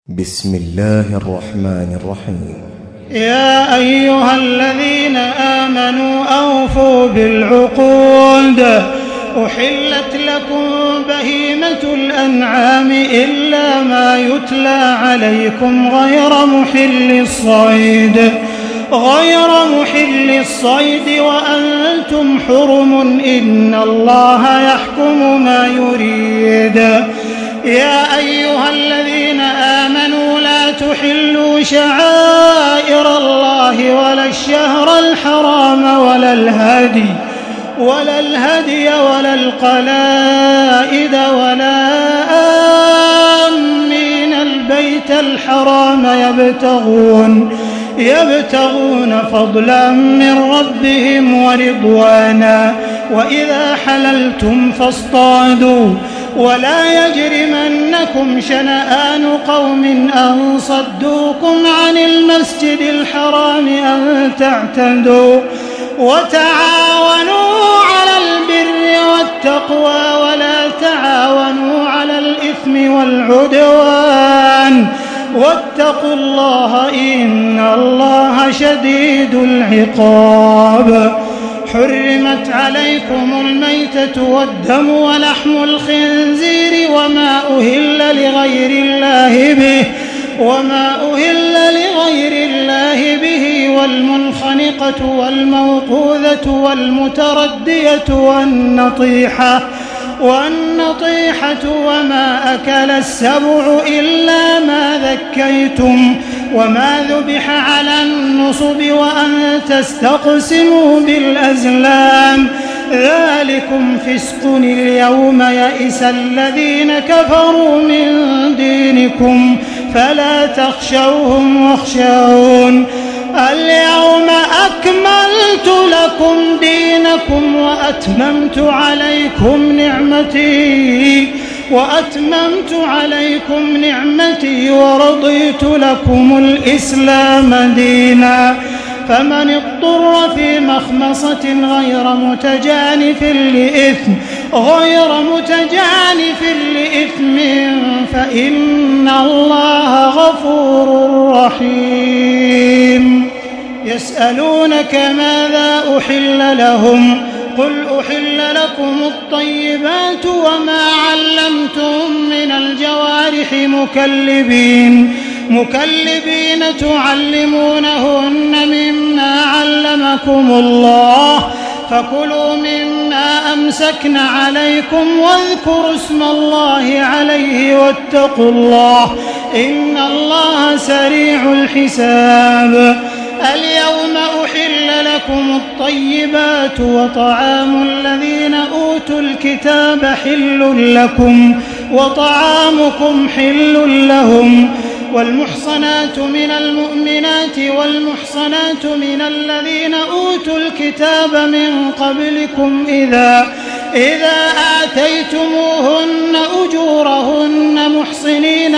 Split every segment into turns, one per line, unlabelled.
بسم الله الرحمن الرحيم.
يا أيها الذين آمنوا أوفوا بالعقود. أحلت لكم بهيمة الأنعام إلا ما يتلى عليكم غير محل الصيد وأنتم حرم إن الله يحكم ما يريد. يا أيها الذين آمنوا لا تحلوا شعائر الله ولا الشهر الحرام ولا الهدي ولا القلائد ولا آمين البيت الحرام يبتغون فضلا من ربهم ورضوانا وإذا حللتم فاصطادوا ولا يجرمنكم شنآن قوم أن صدوكم عن المسجد الحرام أن تعتدوا وتعاونوا على البر والتقوى ولا تعاونوا على الإثم والعدوان واتقوا الله إن الله شديد العقاب. حرمت عليكم الميتة والدم ولحم الخنزير وما أهل لغير الله به والمنخنقة والموقوذة والمتردية والنطيحة وما أكل السبع إلا ما ذكيتم وما ذبح على النصب وأن تستقسموا بالأزلام ذلكم فسق. اليوم يئس الذين كفروا من دينكم فلا تخشوهم واخشون. اليوم أكملت لكم دينكم وأتممت عليكم نعمتي ورضيت لكم الإسلام دينا. فمن اضطر في مخمصة غير متجانف لإثم فإن الله غفور رحيم. يسألونك ماذا أحل لهم قل أحل لكم الطيبات وما علمتم من الجوارح مكلبين تعلمونهن مما علمكم الله فكلوا مما أمسكن عليكم واذكروا اسم الله عليه واتقوا الله إن الله سريع الحساب. اليوم أحل لكم الطيبات وطعام الذين أوتوا الكتاب حل لكم وطعامكم حل لهم والمحصنات من المؤمنات والمحصنات من الذين أوتوا الكتاب من قبلكم إذا آتيتموهن أجورهن محصنين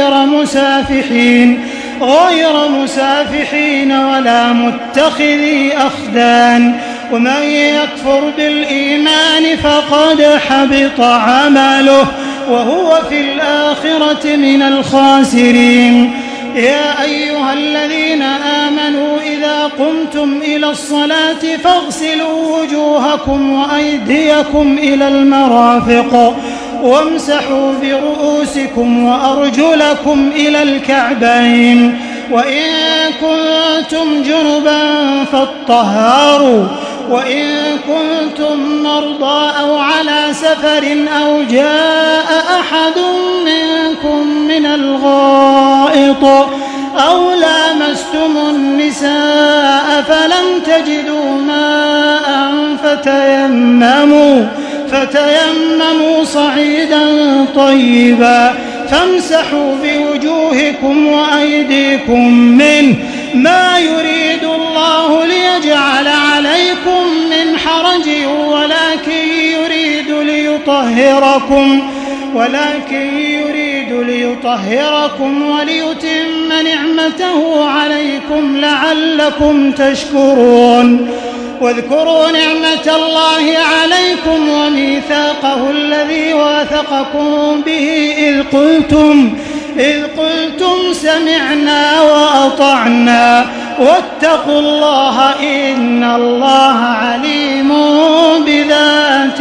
غير مسافحين ولا متخذي أخدان ومن يكفر بالإيمان فقد حبط عمله وهو في الآخرة من الخاسرين. يا أيها الذين آمنوا إذا قمتم إلى الصلاة فاغسلوا وجوهكم وأيديكم إلى المرافق وامسحوا برؤوسكم وأرجلكم إلى الكعبين وإن كنتم جنبا فاطهروا وإن كنتم مرضى أو على سفر أو جاء أحد منكم من الغائط أو لامستم النساء فلم تجدوا ماء فتيمموا صعيدا طيبا فامسحوا بوجوهكم وأيديكم منه ما يريد الله ليجعل عليكم من حرج ولكن يريد ليطهركم وليتم نعمته عليكم لعلكم تشكرون. واذكروا نعمة الله عليكم وميثاقه الذي واثقكم به إذ قلتم سمعنا وأطعنا واتقوا الله إن الله عليم بذات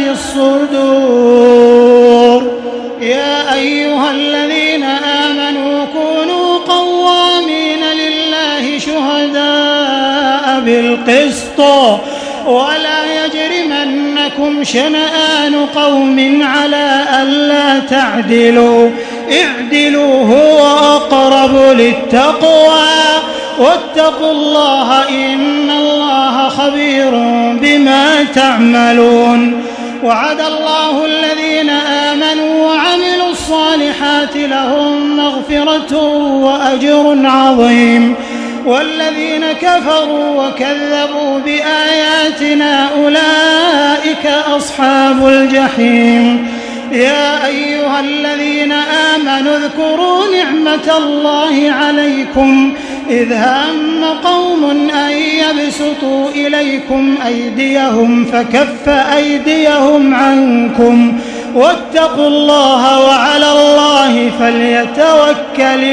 الصدور. يا أيها الذين آمنوا كونوا قوامين لله شهداء بالقسط ولا يجرمنكم شنآن قوم على ألا تعدلوا اعدلوا هو أقرب للتقوى واتقوا الله إن الله خبير بما تعملون. وعد الله الذين آمنوا وعملوا الصالحات لهم مغفرة وأجر عظيم والذين كفروا وكذبوا بآياتنا أولئك أصحاب الجحيم. يا أيها الذين آمنوا اذكروا نعمة الله عليكم إذ هم قوم أن يبسطوا إليكم أيديهم فكف أيديهم عنكم واتقوا الله وعلى الله فليتوكل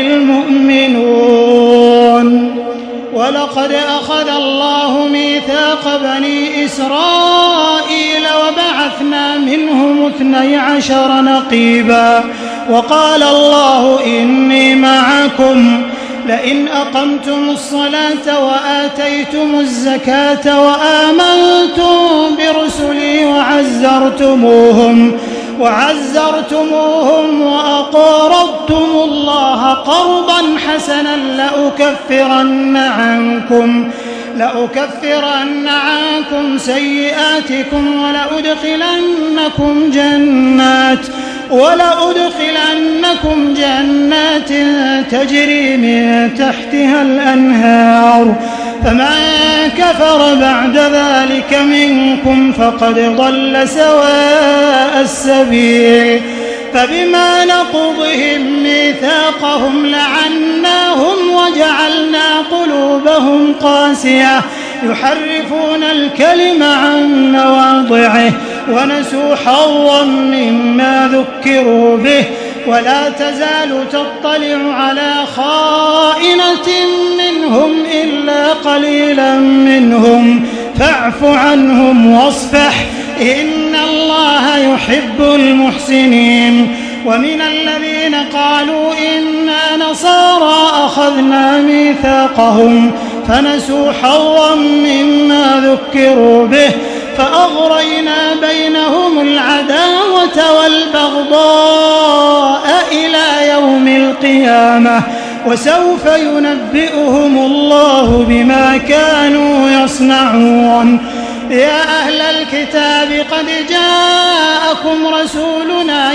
المؤمنون. ولقد أخذ الله ميثاق بني إسرائيل وبعثنا منهم 12 نقيبا وقال الله إني معكم لئن أقمتم الصلاة وآتيتم الزكاة وآمنتم برسلي وعزرتموهم وأقرضتم الله قرضا حسنا لأكفرن عنكم سيئاتكم ولأدخلنكم جنات تجري من تحتها الأنهار فمن كفر بعد ذلك منكم فقد ضل سواء السبيل. فبما نقضهم ميثاقهم لعناهم وجعلنا قلوبهم قاسية يحرفون الكلم عن مواضعه ونسوا حظا مما ذكروا به ولا تزال تطلع على خائنة منهم إلا قليلا منهم فاعف عنهم واصفح إن الله يحب المحسنين. ومن الذين قالوا إنا نصارى أخذنا ميثاقهم فنسوا حظا مما ذكروا به فأغرينا بينهم العداوة والبغضاء إلى يوم القيامة وسوف ينبئهم الله بما كانوا يصنعون. يا أهل الكتاب قد جاءكم رسولنا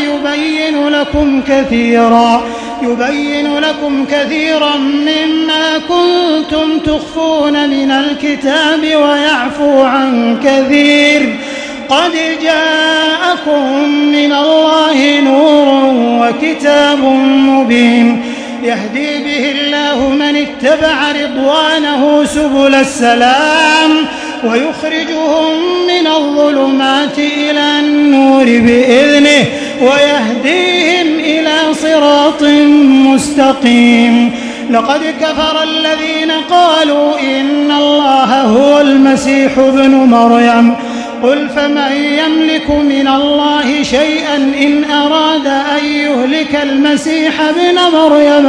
يبين لكم كثيرا مما كنتم تخفون من الكتاب ويعفو عن كثير. قد جاءكم من الله نور وكتاب مبين يهدي به الله من اتبع رضوانه سبل السلام ويخرجهم من الظلمات إلى النور بإذنه ويهديهم إلى صراط مستقيم. لقد كفر الذين قالوا إن الله هو المسيح ابن مريم قل فمن يملك من الله شيئا إن أراد أن يهلك المسيح ابن مريم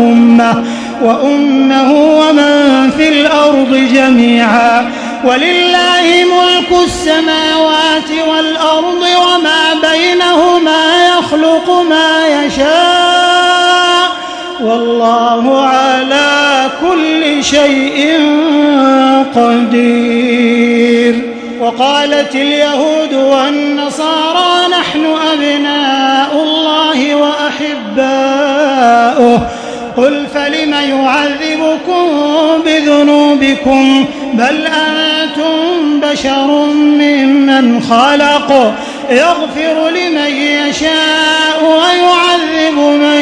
وأمه ومن في الأرض جميعا ولله ملك السماوات والأرض وما بينهما يخلق ما يشاء والله على كل شيء قدير. وقالت اليهود والنصارى نحن أبناء الله وأحباؤه قل فلم يعذبكم بذنوبكم بل أنتم بشر ممن خلق يغفر لمن يشاء ويعذب من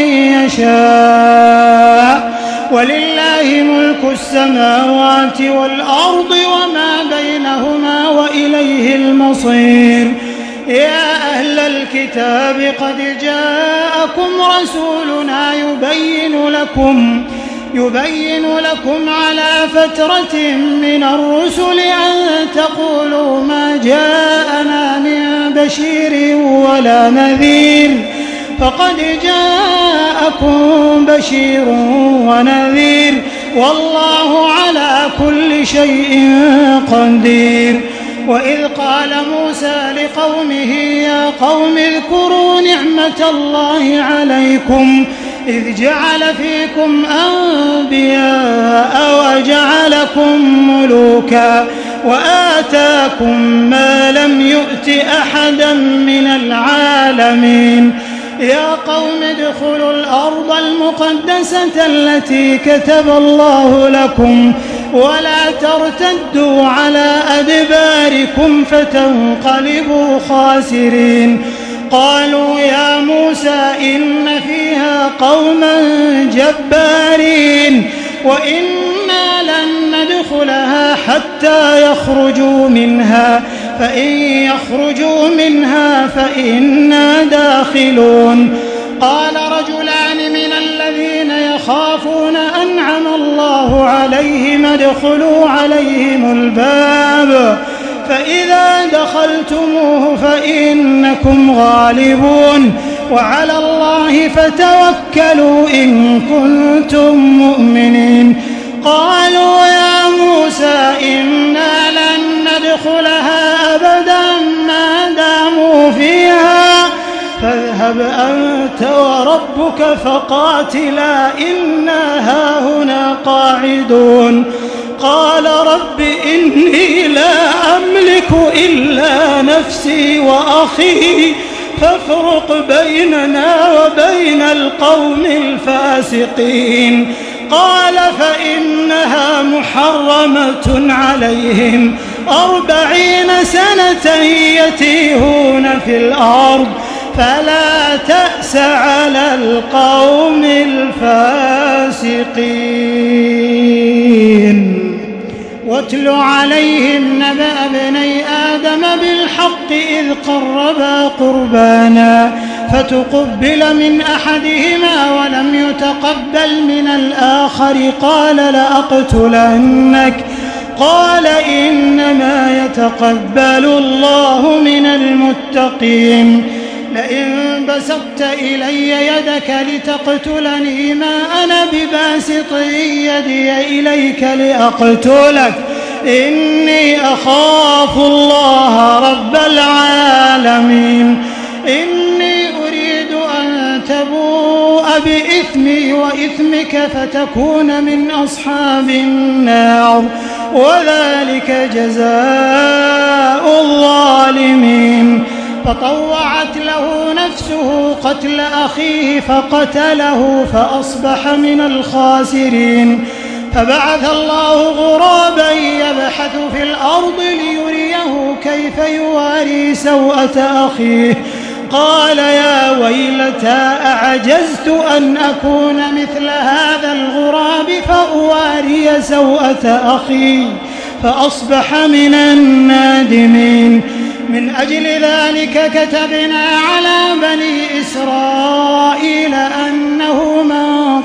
يشاء ولله ملك السماوات والأرض وما بينهما وإليه المصير. يا أهل الكتاب قد جاءكم رسولنا يبين لكم على فترة من الرسل أن تقولوا ما جاءنا من بشير ولا نذير فقد جاءكم بشير ونذير والله على كل شيء قدير. وإذ قال موسى لقومه يا قوم اذكروا نعمة الله عليكم إذ جعل فيكم أنبياء وجعلكم ملوكا وآتاكم ما لم يؤت أحدا من العالمين يا قوم ادخلوا الأرض المقدسة التي كتب الله لكم ولا ترتدوا على أدباركم فتنقلبوا خاسرين. قالوا يا موسى إن فيها قوما جبارين وإنا لن ندخلها حتى يخرجوا منها فإن يخرجوا منها فإنا داخلون. قال رجلان من الذين يخافون أنعم الله عليهم ادخلوا عليهم الباب فإذا دخلتموه فإنكم غالبون وعلى الله فتوكلوا إن كنتم مؤمنين. قالوا يا موسى إنا لن ندخلها أبدا ما داموا فيها فاذهب أنت وربك فقاتلا إنا هاهنا قاعدون. قال رب إني لا أملك إلا نفسي وأخي فافرق بيننا وبين القوم الفاسقين. قال فإنها محرمة عليهم 40 سنة يتيهون في الأرض فلا تأس على القوم الفاسقين. واتل عليهم نبأ ابني آدم بالحق إذ قربا قربانا فتقبل من أحدهما ولم يتقبل من الآخر قال لأقتلنك قال إنما يتقبل الله من المتقين. لئن بسطت إلي يدك لتقتلني ما أنا بباسط يدي إليك لأقتلك إني أخاف الله رب العالمين. إني أريد أن تبوء بإثمي وإثمك فتكون من أصحاب النار وذلك جزاء الظالمين. فطوعت له نفسه قتل أخيه فقتله فأصبح من الخاسرين. فبعث الله غرابا يبحث في الأرض ليريه كيف يواري سوءة أخيه قال يا ويلتى أعجزت أن أكون مثل هذا الغراب فأواري سوءة أخي فأصبح من النادمين. من أجل ذلك كتبنا على بني إسرائيل أنه من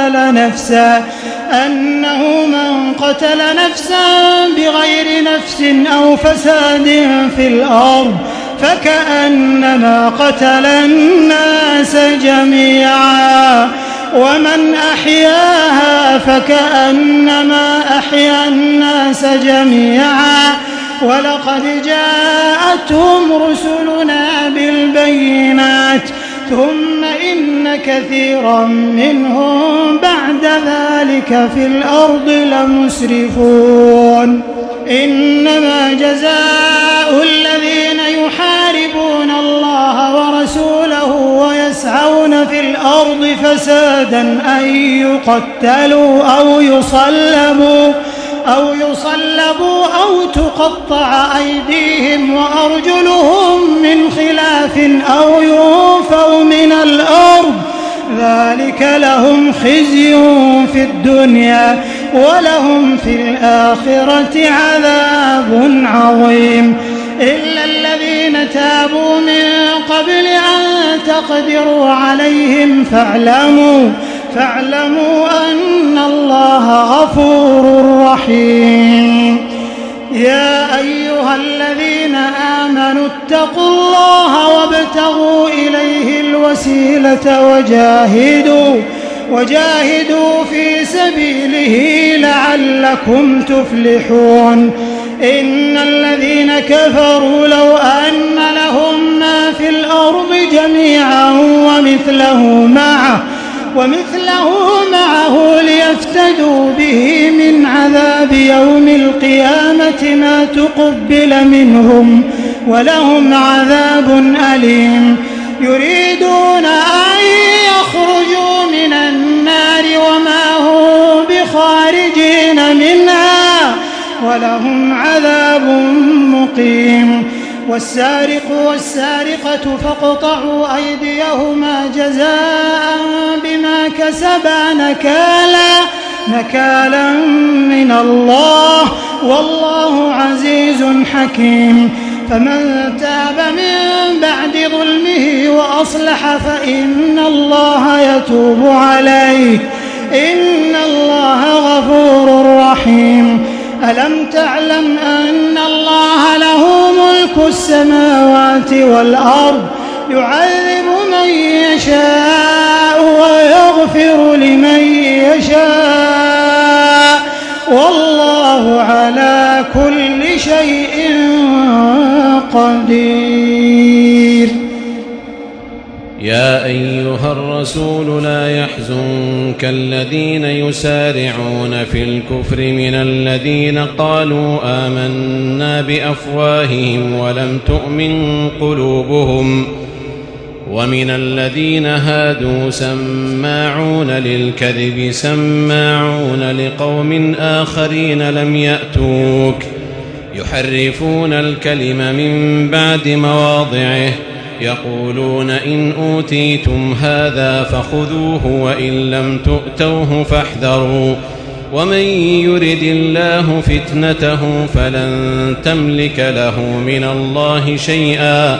قتل نفسا بغير نفس أو فساد في الأرض فكأنما قتل الناس جميعا ومن أحياها فكأنما أحيا الناس جميعا ولقد جاءتهم رسلنا بالبينات ثم إن كثيرا منهم بعد ذلك في الأرض لمسرفون. إنما جزاء الذين يحاربون الله ورسوله ويسعون في الأرض فسادا أن يقتلوا أو يصلبوا أو تقطع أيديهم وأرجلهم من خلاف أو ينفوا من الأرض ذلك لهم خزي في الدنيا ولهم في الآخرة عذاب عظيم. إلا الذين تابوا من قبل أن تقدروا عليهم فاعلموا أن الله الرحيم يا أيها الذين آمنوا اتقوا الله وابتغوا إليه الوسيلة وجاهدوا في سبيله لعلكم تفلحون إن الذين كفروا لو أن لهم ما في الأرض جميعا ومثله معه ليفتدوا به من عذاب يوم القيامة ما تقبل منهم ولهم عذاب أليم يريدون أن يخرجوا من النار وما هم بخارجين منها ولهم عذاب مقيم والسارق والسارقة فاقطعوا أيديهما جزاء بما كسبا نكالا من الله والله عزيز حكيم فمن تاب من بعد ظلمه وأصلح فإن الله يتوب عليه إن الله غفور رحيم ألم تعلم أن الله له ملك السماوات والأرض يعذب من يشاء ويغفر لمن يشاء والله على كل شيء قدير
يا أيها الرسول لا يحزنك الذين يسارعون في الكفر من الذين قالوا آمنا بأفواههم ولم تؤمن قلوبهم ومن الذين هادوا سماعون للكذب سماعون لقوم آخرين لم يأتوك يحرفون الكلم من بعد مواضعه يقولون إن أوتيتم هذا فخذوه وإن لم تؤتوه فاحذروا ومن يرد الله فتنته فلن تملك له من الله شيئا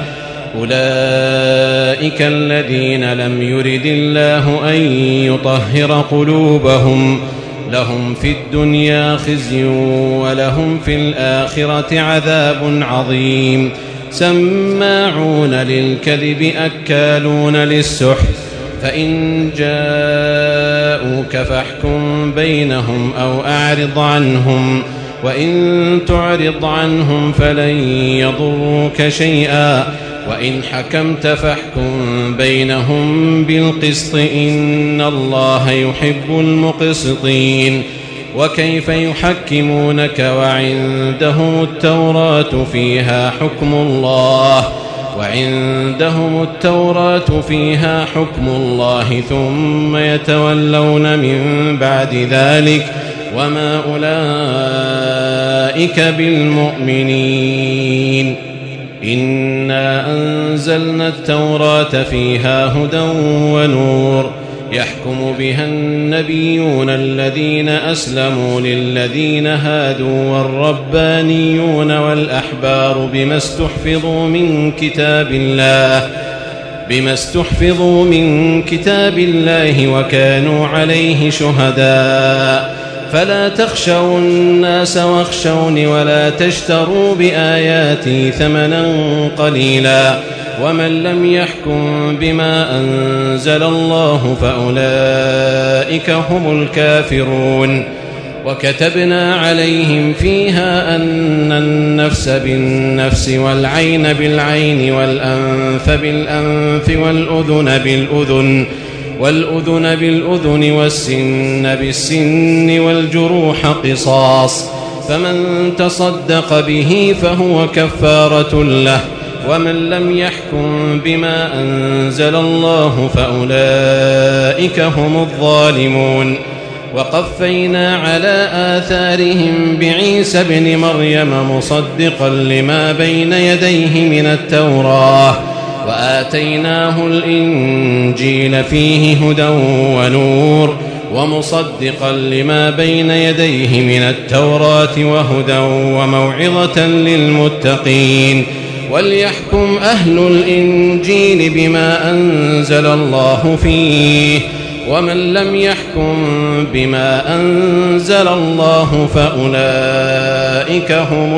أولئك الذين لم يرد الله أن يطهر قلوبهم لهم في الدنيا خزي ولهم في الآخرة عذاب عظيم سماعون للكذب أكالون للسحت فإن جاءوك فاحكم بينهم أو أعرض عنهم وإن تعرض عنهم فلن يضروك شيئا وإن حكمت فاحكم بينهم بالقسط إن الله يحب المقسطين وكيف يحكمونك وعندهم التوراة فيها حكم الله ثم يتولون من بعد ذلك وما أولئك بالمؤمنين إنا أنزلنا التوراة فيها هدى ونور يحكم بها النبيون الذين أسلموا للذين هادوا والربانيون والأحبار بما استحفظوا من كتاب الله وكانوا عليه شهداء فلا تخشوا الناس واخشوني ولا تشتروا بآياتي ثمنا قليلا ومن لم يحكم بما أنزل الله فأولئك هم الكافرون وكتبنا عليهم فيها أن النفس بالنفس والعين بالعين والأنف بالأنف والأذن بالأذن والسن بالسن والجروح قصاص فمن تصدق به فهو كفارة له ومن لم يحكم بما أنزل الله فأولئك هم الظالمون وقفينا على آثارهم بعيسى ابن مريم مصدقا لما بين يديه من التوراة وآتيناه الإنجيل فيه هدى ونور ومصدقا لما بين يديه من التوراة وهدى وموعظة للمتقين وليحكم أهل الإنجيل بما أنزل الله فيه ومن لم يحكم بما أنزل الله فأولئك هم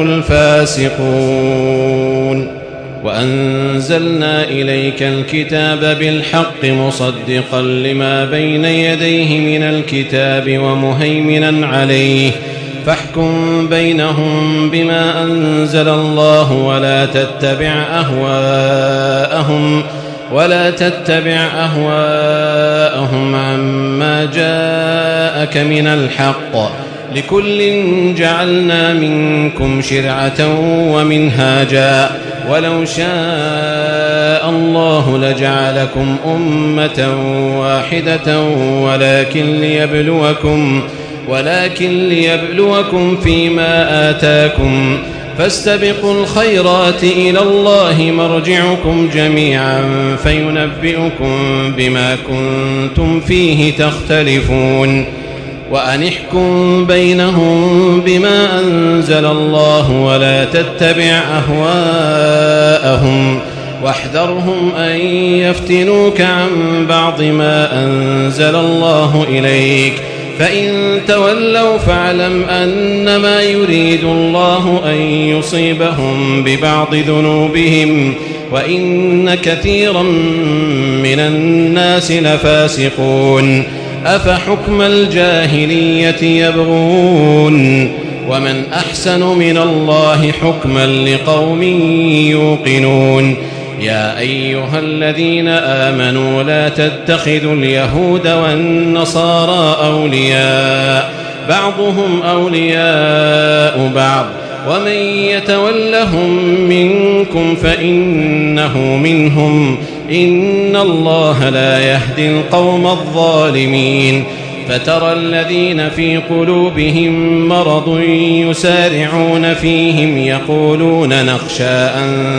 الفاسقون. وأنزلنا إليك الكتاب بالحق مصدقا لما بين يديه من الكتاب ومهيمنا عليه فاحكم بينهم بما أنزل الله ولا تتبع أهواءهم عما جاءك من الحق لكل جعلنا منكم شرعة ومنهاجا ولو شاء الله لجعلكم أمة واحدة ولكن ليبلوكم فيما آتاكم فاستبقوا الخيرات إلى الله مرجعكم جميعا فينبئكم بما كنتم فيه تختلفون. وأن احكم بينهم بما أنزل الله ولا تتبع أهواءهم واحذرهم أن يفتنوك عن بعض ما أنزل الله إليك فإن تولوا فاعلم أنما يريد الله أن يصيبهم ببعض ذنوبهم وإن كثيرا من الناس لفاسقون. أفحكم الجاهلية يبغون ومن أحسن من الله حكما لقوم يوقنون. يا أيها الذين آمنوا لا تتخذوا اليهود والنصارى أولياء بعضهم أولياء بعض ومن يتولهم منكم فإنه منهم إن الله لا يهدي القوم الظالمين. فترى الذين في قلوبهم مرض يسارعون فيهم يقولون نخشى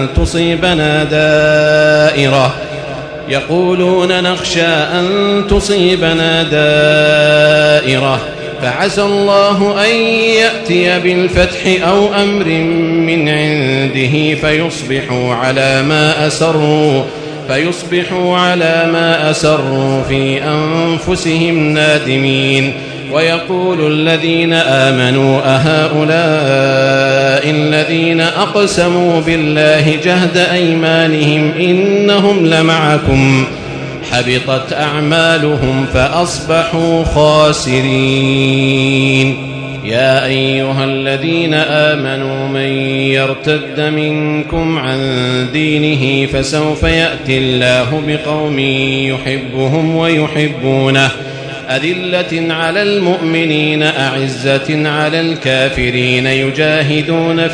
أن تصيبنا دائرة فعسى الله أن يأتي بالفتح أو أمر من عنده فيصبحوا على ما أسروا في أنفسهم نادمين. ويقول الذين آمنوا أهؤلاء الذين أقسموا بالله جهد أيمانهم إنهم لمعكم حبطت أعمالهم فأصبحوا خاسرين. يا أيها الذين آمنوا من يرتد منكم عن دينه فسوف يأتي الله بقوم يحبهم ويحبونه أذلة على المؤمنين أعزة على الكافرين يجاهدون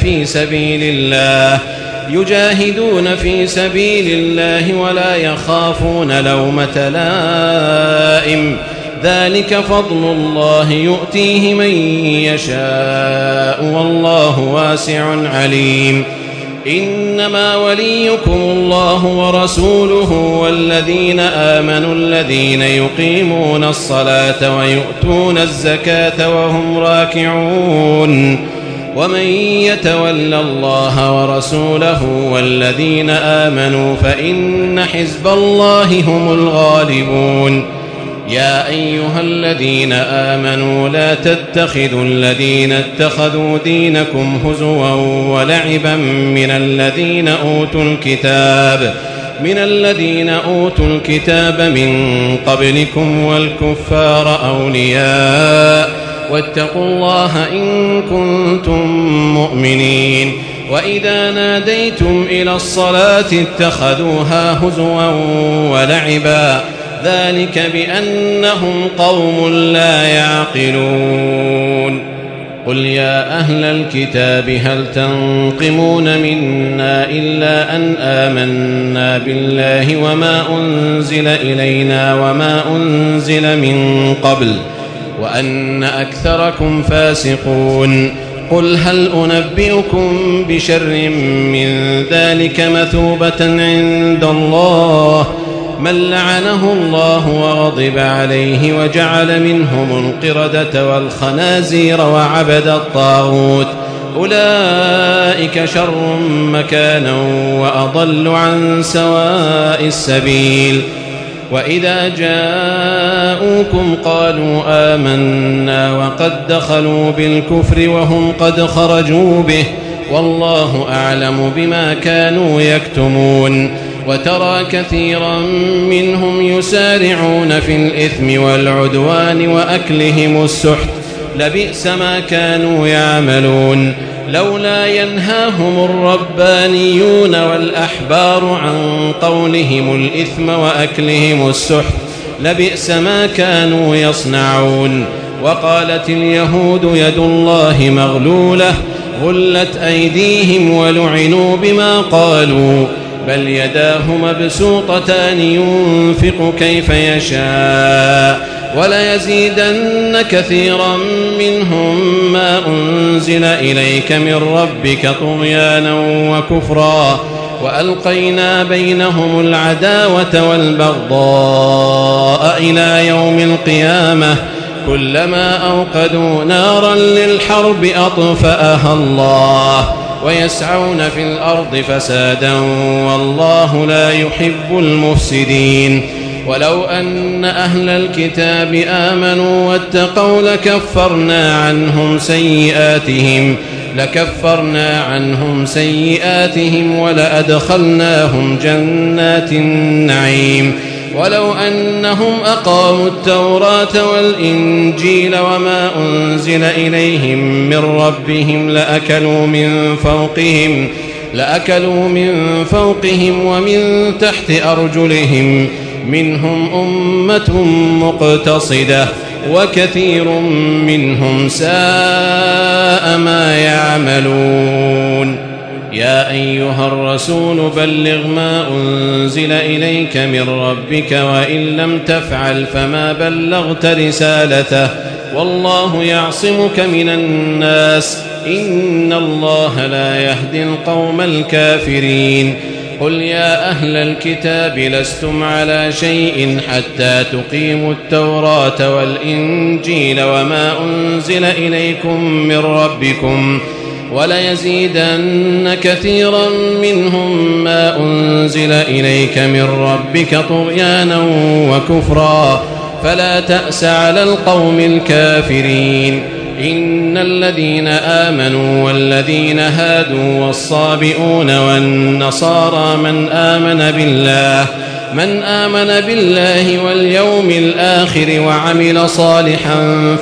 في سبيل الله ولا يخافون لومة لائم ذلك فضل الله يؤتيه من يشاء والله واسع عليم. إنما وليكم الله ورسوله والذين آمنوا الذين يقيمون الصلاة ويؤتون الزكاة وهم راكعون. ومن يتول الله ورسوله والذين آمنوا فإن حزب الله هم الغالبون. يا أيها الذين آمنوا لا تتخذوا الذين اتخذوا دينكم هزوا ولعبا من الذين أوتوا الكتاب من قبلكم والكفار أولياء واتقوا الله إن كنتم مؤمنين. وإذا ناديتم إلى الصلاة اتخذوها هزوا ولعبا ذلك بأنهم قوم لا يعقلون. قل يا أهل الكتاب هل تنقمون منا إلا أن آمنا بالله وما أنزل إلينا وما أنزل من قبل وأن أكثركم فاسقون. قل هل أنبئكم بشر من ذلك مثوبة عند الله من لعنه الله وغضب عليه وجعل منهم القردة والخنازير وعبد الطاغوت أولئك شر مكانا وأضل عن سواء السبيل. وإذا جاءوكم قالوا آمنا وقد دخلوا بالكفر وهم قد خرجوا به والله أعلم بما كانوا يكتمون وترى كثيرا منهم يسارعون في الإثم والعدوان وأكلهم السحت لبئس ما كانوا يعملون لولا ينهاهم الربانيون والأحبار عن قولهم الإثم وأكلهم السحت لبئس ما كانوا يصنعون وقالت اليهود يد الله مغلولة غلت أيديهم ولعنوا بما قالوا بل يداه مبسوطتان ينفق كيف يشاء وليزيدن كثيرا منهم ما أنزل إليك من ربك طغيانا وكفرا وألقينا بينهم العداوة والبغضاء إلى يوم القيامة كلما أوقدوا نارا للحرب أطفأها الله ويسعون في الأرض فسادا والله لا يحب المفسدين ولو أن أهل الكتاب آمنوا واتقوا لكفرنا عنهم سيئاتهم ولأدخلناهم جنات النعيم ولو أنهم أقاموا التوراة والإنجيل وما أنزل إليهم من ربهم لأكلوا من فوقهم ومن تحت أرجلهم منهم أمة مقتصدة وكثير منهم ساء ما يعملون يا أيها الرسول بلغ ما أنزل إليك من ربك وإن لم تفعل فما بلغت رسالته والله يعصمك من الناس إن الله لا يهدي القوم الكافرين قل يا أهل الكتاب لستم على شيء حتى تقيموا التوراة والإنجيل وما أنزل إليكم من ربكم وليزيدن كثيرا منهم ما أنزل إليك من ربك طغيانا وكفرا فلا تأس على القوم الكافرين إن الذين آمنوا والذين هادوا والصابئون والنصارى من آمن بالله واليوم الآخر وعمل صالحا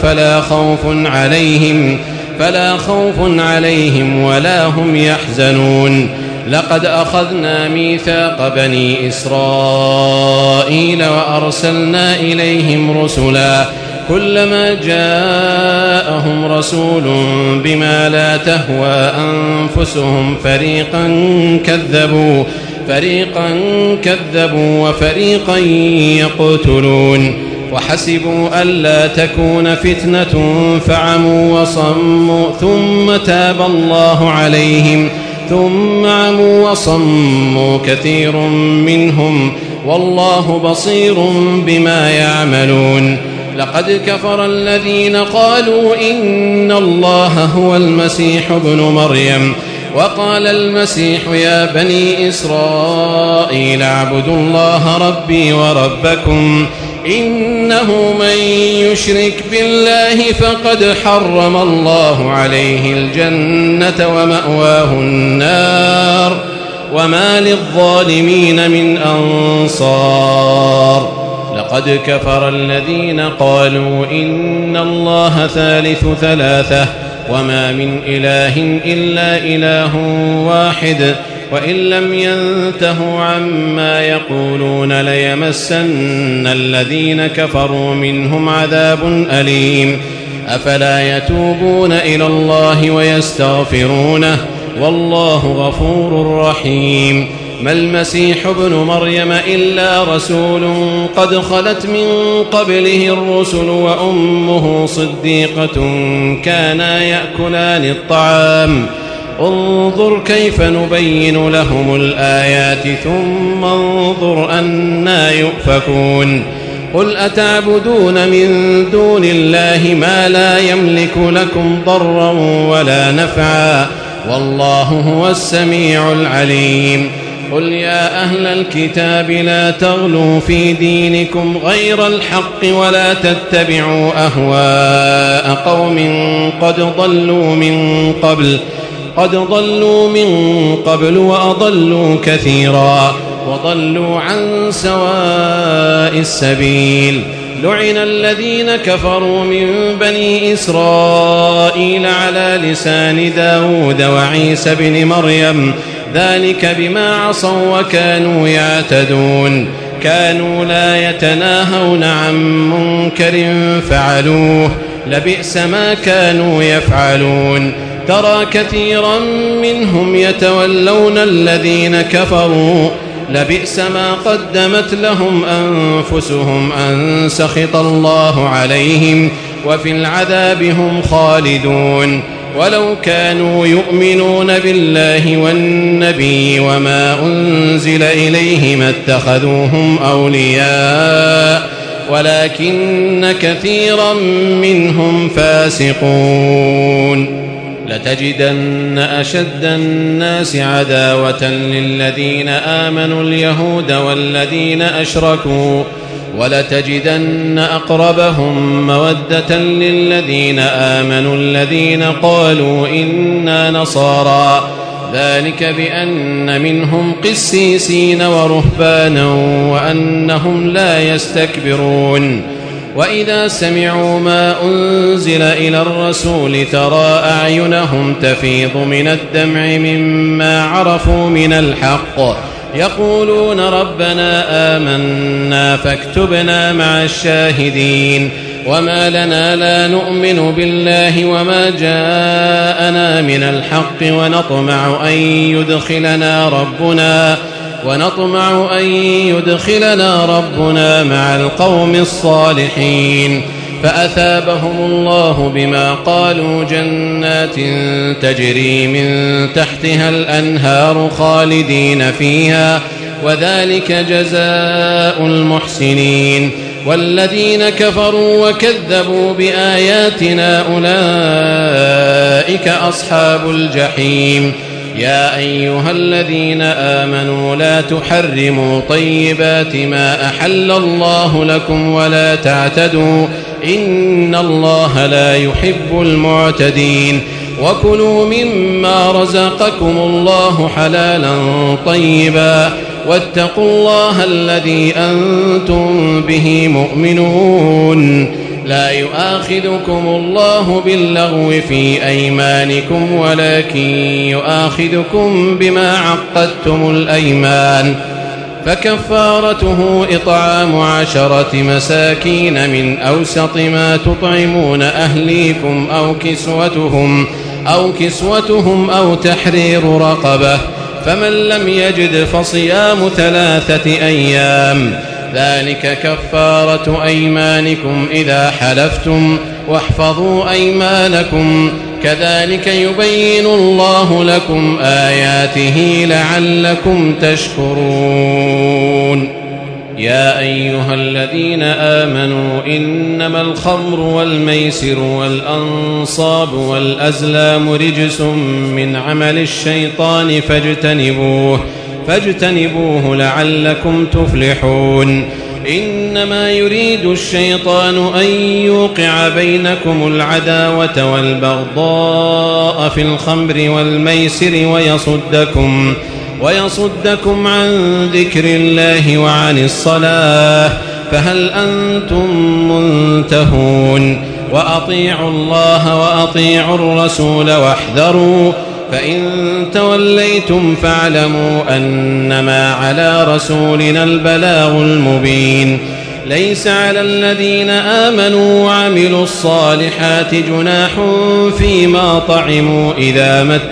فلا خوف عليهم ولا هم يحزنون لقد أخذنا ميثاق بني إسرائيل وأرسلنا إليهم رسلا كلما جاءهم رسول بما لا تهوى أنفسهم فريقا كذبوا وفريقا يقتلون وحسبوا ألا تكون فتنة فعموا وصموا ثم تاب الله عليهم ثم عموا وصموا كثير منهم والله بصير بما يعملون لقد كفر الذين قالوا إن الله هو المسيح ابن مريم وقال المسيح يا بني إسرائيل اعبدوا الله ربي وربكم إنه من يشرك بالله فقد حرم الله عليه الجنة ومأواه النار وما للظالمين من أنصار لقد كفر الذين قالوا إن الله ثالث ثلاثة وما من إله إلا إله واحد وإن لم ينتهوا عما يقولون ليمسن الذين كفروا منهم عذاب أليم أفلا يتوبون إلى الله ويستغفرونه والله غفور رحيم ما المسيح ابن مريم إلا رسول قد خلت من قبله الرسل وأمه صديقة كانا يأكلان الطعام انظر كيف نبين لهم الآيات ثم انظر أنى يؤفكون قل أتعبدون من دون الله ما لا يملك لكم ضرا ولا نفعا والله هو السميع العليم قل يا أهل الكتاب لا تغلوا في دينكم غير الحق ولا تتبعوا أهواء قوم قد ضلوا من قبل وأضلوا كثيرا وضلوا عن سواء السبيل. لعن الذين كفروا من بني إسرائيل على لسان داود وعيسى بن مريم ذلك بما عصوا وكانوا يعتدون. كانوا لا يتناهون عن منكر فعلوه لبئس ما كانوا يفعلون. ترى كثيرا منهم يتولون الذين كفروا لبئس ما قدمت لهم أنفسهم أن سخط الله عليهم وفي العذاب هم خالدون. ولو كانوا يؤمنون بالله والنبي وما أنزل إليه ما اتخذوهم أولياء ولكن كثيرا منهم فاسقون. لتجدن أشد الناس عداوة للذين آمنوا اليهود والذين أشركوا ولتجدن أقربهم مودة للذين آمنوا الذين قالوا إنا نصارى ذلك بأن منهم قسيسين ورهبانا وأنهم لا يستكبرون. وإذا سمعوا ما أنزل إلى الرسول ترى أعينهم تفيض من الدمع مما عرفوا من الحق يقولون ربنا آمنا فاكتبنا مع الشاهدين. وما لنا لا نؤمن بالله وما جاءنا من الحق ونطمع أن يدخلنا ربنا مع القوم الصالحين. فأثابهم الله بما قالوا جنات تجري من تحتها الأنهار خالدين فيها وذلك جزاء المحسنين. والذين كفروا وكذبوا بآياتنا أولئك أصحاب الجحيم. يا أيها الذين آمنوا لا تحرموا طيبات ما أحل الله لكم ولا تعتدوا إن الله لا يحب المعتدين. وكلوا مما رزقكم الله حلالا طيبا واتقوا الله الذي أنتم به مؤمنون. لا يؤاخذكم الله باللغو في أيمانكم ولكن يؤاخذكم بما عقدتم الأيمان. فكفارته إطعام 10 مساكين من أوسط ما تطعمون أهليكم أو كسوتهم أو تحرير رقبة. فمن لم يجد فصيام 3 أيام ذلك كفارة أيمانكم إذا حلفتم واحفظوا أيمانكم كذلك يبين الله لكم آياته لعلكم تشكرون. يا أيها الذين آمنوا إنما الخمر والميسر والأنصاب والأزلام رجس من عمل الشيطان فاجتنبوه لعلكم تفلحون. إنما يريد الشيطان أن يوقع بينكم العداوة والبغضاء في الخمر والميسر ويصدكم عن ذكر الله وعن الصلاة فهل أنتم منتهون. وأطيعوا الله وأطيعوا الرسول واحذروا فإن توليتم فاعلموا أنما على رسولنا البلاغ المبين. ليس على الذين آمنوا وعملوا الصالحات جناح فيما طعموا إذا ما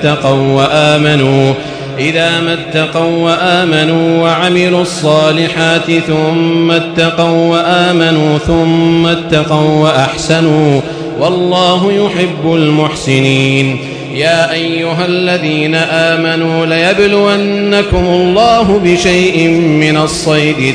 اتقوا وآمنوا وعملوا الصالحات ثم اتقوا وأحسنوا والله يحب المحسنين. يا أيها الذين آمنوا ليبلونكم الله بشيء من الصيد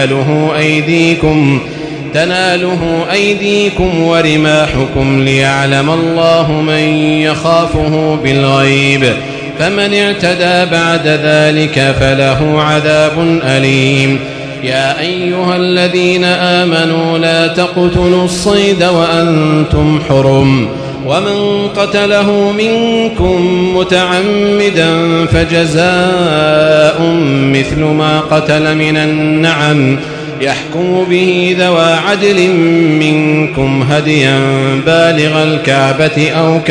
تناله أيديكم ورماحكم ليعلم الله من يخافه بالغيب فمن اعتدى بعد ذلك فله عذاب أليم. يا أيها الذين آمنوا لا تقتلوا الصيد وأنتم حرم، ومن قتله منكم متعمدا فجزاء مثل ما قتل من النعم يحكم به ذوى عدل منكم هديا بالغ الكعبة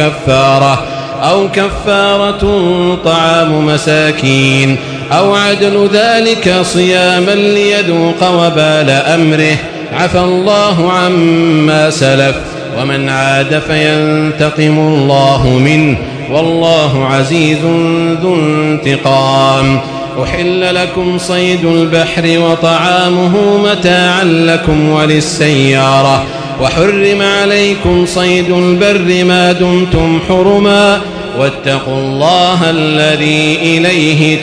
أو كفارة طعام مساكين أو عدل ذلك صياما ليذوق وبال أمره، عفى الله عما سلف، ومن عاد فينتقم الله منه، والله عزيز ذو انتقام. أحل لكم صيد البحر وطعامه متاعا لكم وللسيارة، وحرم عليكم صيد البر ما دمتم حرما، واتقوا الله الذي إليه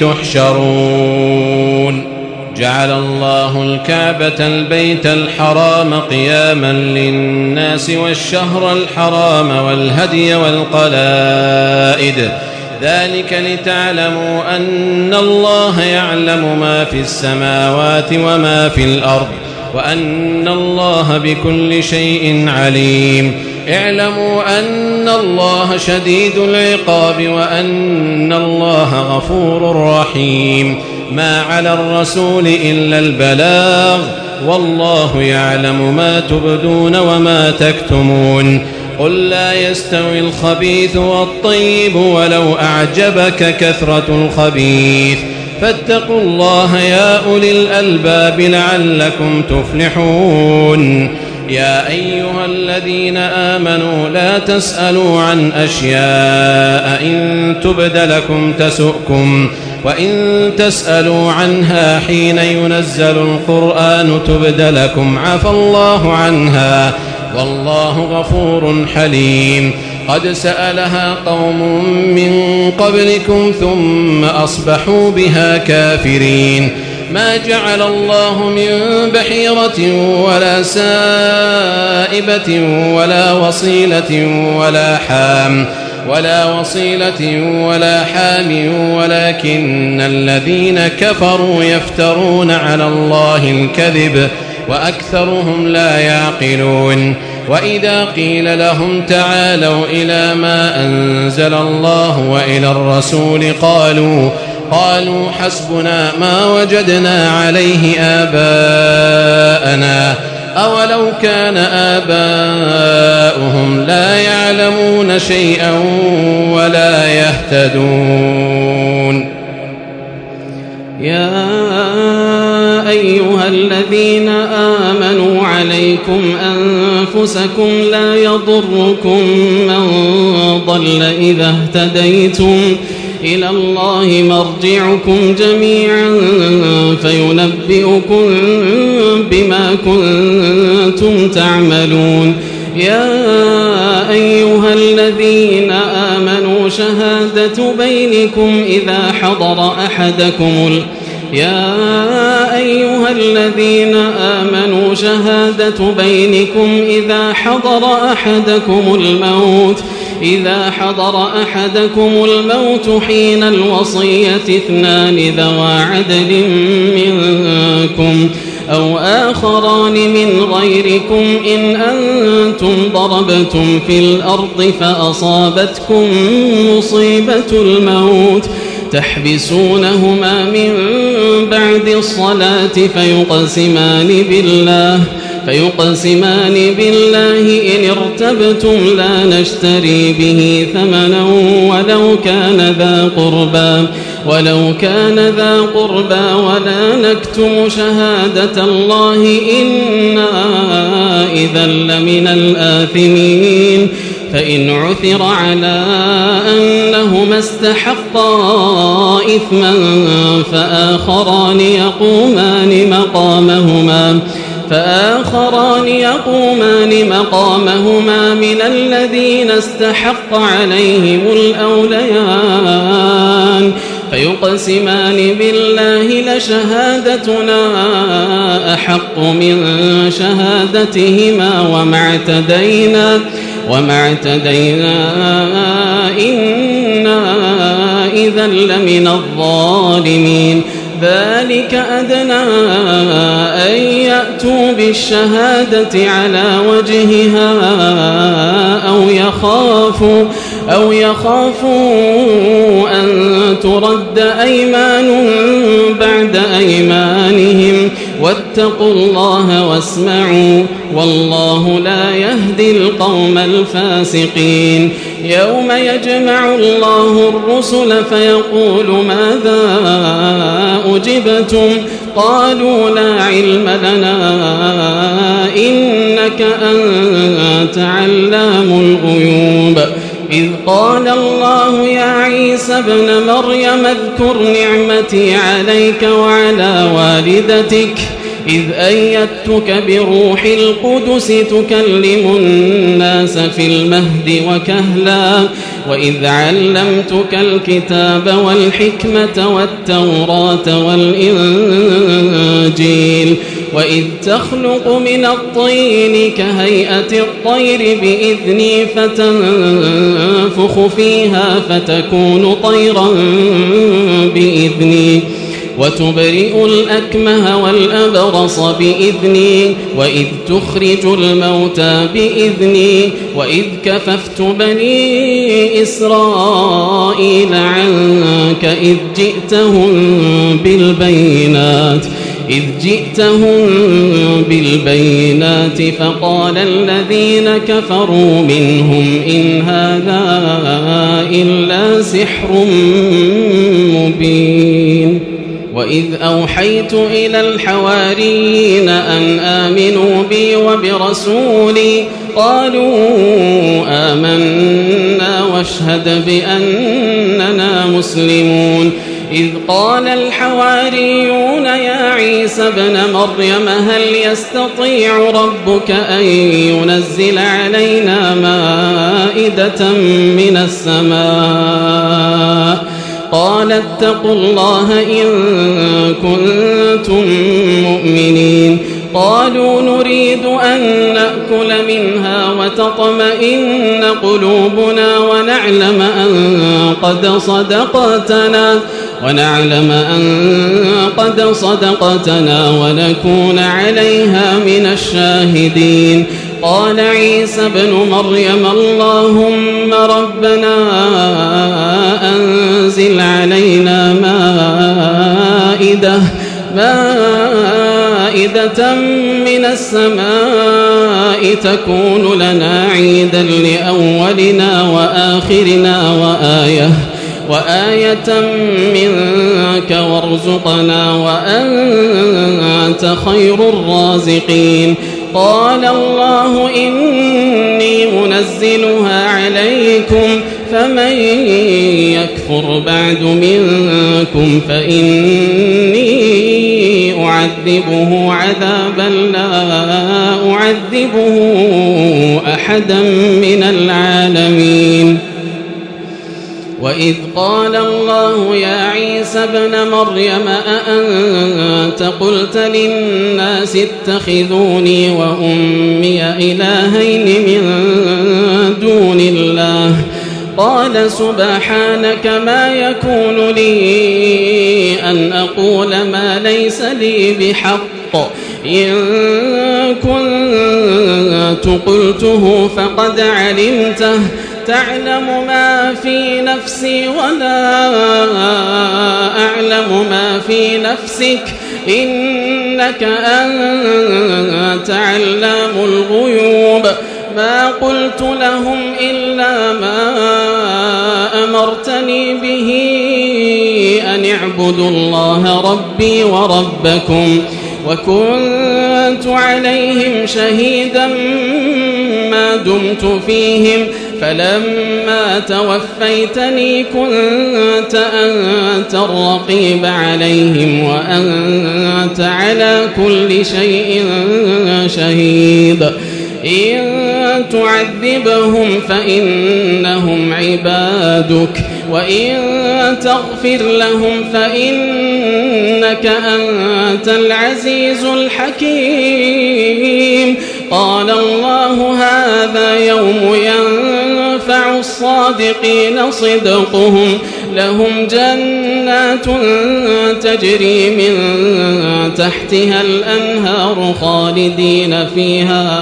تحشرون. جعل الله الكعبة البيت الحرام قياما للناس والشهر الحرام والهدي والقلائد، ذلك لتعلموا أن الله يعلم ما في السماوات وما في الأرض، وأن الله بكل شيء عليم. اعلموا أن الله شديد العقاب وأن الله غفور رحيم. ما على الرسول إلا البلاغ، والله يعلم ما تبدون وما تكتمون. قل لا يستوي الخبيث والطيب ولو أعجبك كثرة الخبيث، فاتقوا الله يا أولي الألباب لعلكم تفلحون. يا أيها الذين آمنوا لا تسألوا عن أشياء إن تبد لكم تسؤكم، وإن تسألوا عنها حين ينزل القرآن تبد لكم عفى الله عنها، والله غفور حليم. قد سألها قوم من قبلكم ثم أصبحوا بها كافرين. ما جعل الله من بحيرة ولا سائبة ولا وصيلة ولا حام ولكن الذين كفروا يفترون على الله الكذب وأكثرهم لا يعقلون. وإذا قيل لهم تعالوا إلى ما أنزل الله وإلى الرسول قالوا حسبنا ما وجدنا عليه آباءنا، أولو كان آباؤهم لا يعلمون شيئا ولا يهتدون.
يا أيها الذين آمنوا عليكم أنفسكم لا يضركم من ضل إذا اهتديتم، إلى الله مرجعكم جميعا فينبئكم بما كنتم تعملون. يا أيها الذين آمنوا شهادة بينكم إذا حضر أحدكم الموت حين الوصية اثنان ذوى عدل منكم أو آخران من غيركم إن أنتم ضربتم في الأرض فأصابتكم مصيبة الموت تحبسونهما من بعد الصلاة فيقسمان بالله إن ارتبتم لا نشتري به ثمنا ولو كان ذا قربى ولا نكتم شهادة الله إنا إذا لمن الآثمين. فإن عثر على أنهما استحقا إثما فآخران يقومان مقامهما من الذين استحق عليهم الأوليان فيقسمان بالله لشهادتنا أحق من شهادتهما وما اعتدينا إنا إذا لمن الظالمين ذلك أدنى أن يأتوا بالشهادة على وجهها أو يخافوا أن ترد أيمان بعد أيمانهم واتقوا الله واسمعوا والله لا يهدي القوم الفاسقين يوم يجمع الله الرسل فيقول ماذا أجبتم قالوا لا علم لنا إنك أنت علام الغيوب إذ قال الله يا عيسى ابن مريم اذكر نعمتي عليك وعلى والدتك إذ أيدتك بروح القدس تكلم الناس في المهد وكهلا وإذ علمتك الكتاب والحكمة والتوراة والإنجيل وإذ تخلق من الطين كهيئة الطير بإذني فتنفخ فيها فتكون طيرا بإذني وتبرئ الأكمه والأبرص بإذني وإذ تخرج الموتى بإذني وإذ كففت بني إسرائيل عنك إذ جئتهم بالبينات فقال الذين كفروا منهم إن هذا إلا سحر مبين وإذ أوحيت إلى الحواريين أن آمنوا بي وبرسولي قالوا آمنا واشهد بأننا مسلمون إذ قال الحواريون يا عيسى ابن مريم هل يستطيع ربك أن ينزل علينا مائدة من السماء قال اتقوا الله إن كنتم مؤمنين قالوا نريد أن نأكل منها وتطمئن قلوبنا ونعلم أن قد صدقتنا ونكون عليها من الشاهدين قال عيسى ابن مريم اللهم ربنا أنزل علينا مائدة من السماء تكون لنا عيدا لأولنا وآخرنا وآية منك وارزقنا وأنت خير الرازقين قال الله إني منزلها عليكم فمن يكفر بعد منكم فإني أعذبه عذابا لا أعذبه أحدا من العالمين وإذ قال الله يا عيسى ابن مريم أأنت قلت للناس اتخذوني وأمي إلهين من دون الله قال سبحانك ما يكون لي أن أقول ما ليس لي بحق إن كنت قلته فقد علمته تعلم ما في نفسي ولا أعلم ما في نفسك إنك أنت علام الغيوب ما قلت لهم إلا ما أمرتني به أن اعبدوا الله ربي وربكم وكنت عليهم شهيدا ما دمت فيهم فلما توفيتني كنت أنت الرقيب عليهم وأنت على كل شيء شهيد إن تعذبهم فإنهم عبادك وإن تغفر لهم فإنك أنت العزيز الحكيم قال الله هذا يوم ينفع الصادقين صدقهم لهم جنات تجري من تحتها الأنهار خالدين فيها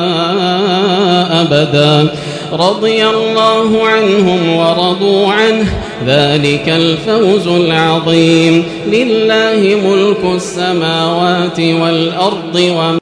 أبدا رضي الله عنهم ورضوا عنه ذلك الفوز العظيم لله ملك السماوات والأرض